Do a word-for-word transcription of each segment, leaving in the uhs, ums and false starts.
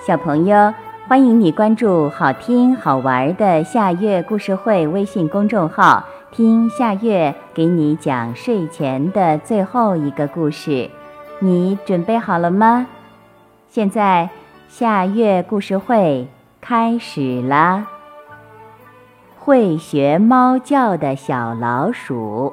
小朋友，欢迎你关注好听好玩的夏月故事会微信公众号，听夏月给你讲睡前的最后一个故事。你准备好了吗？现在夏月故事会开始啦。会学猫叫的小老鼠。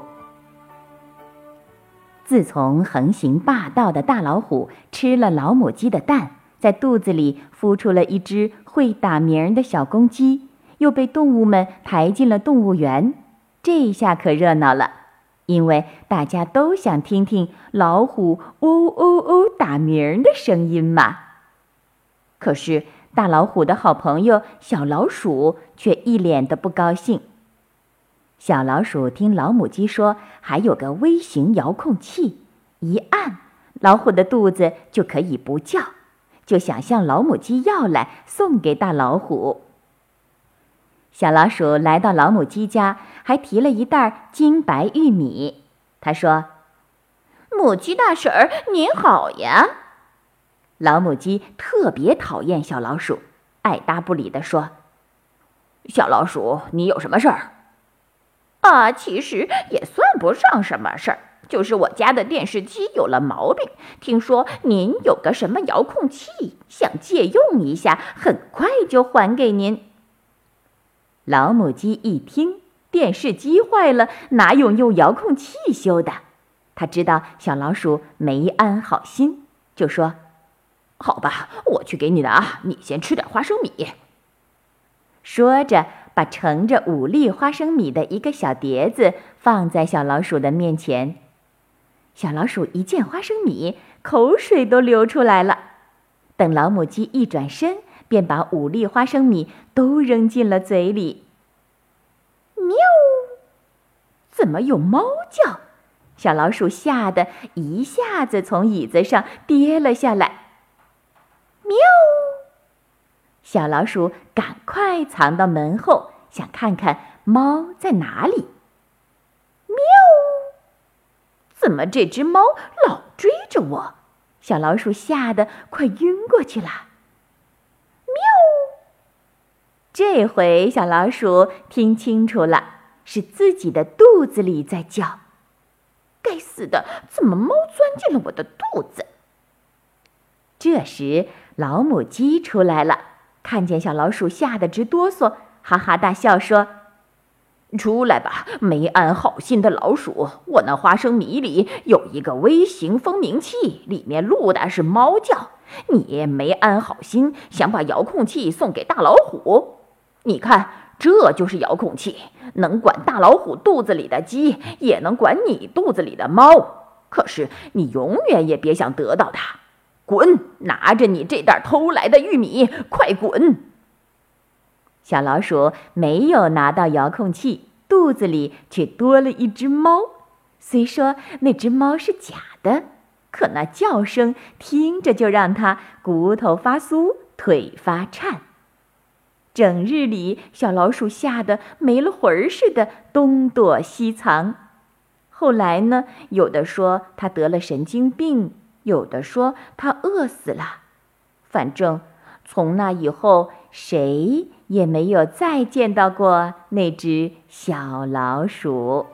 自从横行霸道的大老虎吃了老母鸡的蛋，在肚子里孵出了一只会打鸣的小公鸡，又被动物们抬进了动物园。这下可热闹了，因为大家都想听听老虎喔喔喔打鸣的声音嘛。可是大老虎的好朋友小老鼠却一脸的不高兴。小老鼠听老母鸡说还有个微型遥控器，一按老虎的肚子就可以不叫，就想向老母鸡要来送给大老虎。小老鼠来到老母鸡家，还提了一袋金白玉米。他说：母鸡大婶儿您好呀。老母鸡特别讨厌小老鼠，爱答不理地说：小老鼠，你有什么事儿？啊，其实也算不上什么事儿，就是我家的电视机有了毛病，听说您有个什么遥控器，想借用一下，很快就还给您。老母鸡一听，电视机坏了，哪有用遥控器修的？他知道小老鼠没安好心，就说：好吧，我去给你拿，你先吃点花生米。说着，把盛着五粒花生米的一个小碟子放在小老鼠的面前。小老鼠一见花生米，口水都流出来了。等老母鸡一转身，便把五粒花生米都扔进了嘴里。喵！怎么有猫叫？小老鼠吓得一下子从椅子上跌了下来。喵！小老鼠赶快藏到门后，想看看猫在哪里。喵！怎么这只猫老追着我？小老鼠吓得快晕过去了。喵！这回小老鼠听清楚了，是自己的肚子里在叫。该死的，怎么猫钻进了我的肚子？这时老母鸡出来了，看见小老鼠吓得直哆嗦，哈哈大笑说：出来吧，没安好心的老鼠，我那花生米里有一个微型蜂鸣器，里面录的是猫叫，你没安好心，想把遥控器送给大老虎。你看，这就是遥控器，能管大老虎肚子里的鸡，也能管你肚子里的猫，可是你永远也别想得到它。滚！拿着你这袋偷来的玉米，快滚！小老鼠没有拿到遥控器，肚子里却多了一只猫。虽说那只猫是假的，可那叫声听着就让它骨头发酥，腿发颤。整日里，小老鼠吓得没了魂儿似的，东躲西藏。后来呢，有的说它得了神经病，有的说他饿死了，反正从那以后，谁也没有再见到过那只小老鼠。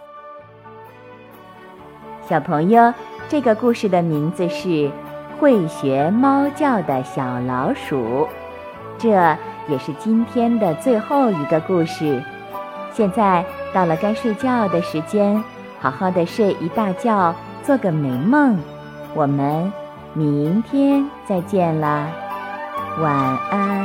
小朋友，这个故事的名字是《会学猫叫的小老鼠》，这也是今天的最后一个故事。现在到了该睡觉的时间，好好的睡一大觉，做个美梦。我们明天再见啦，晚安。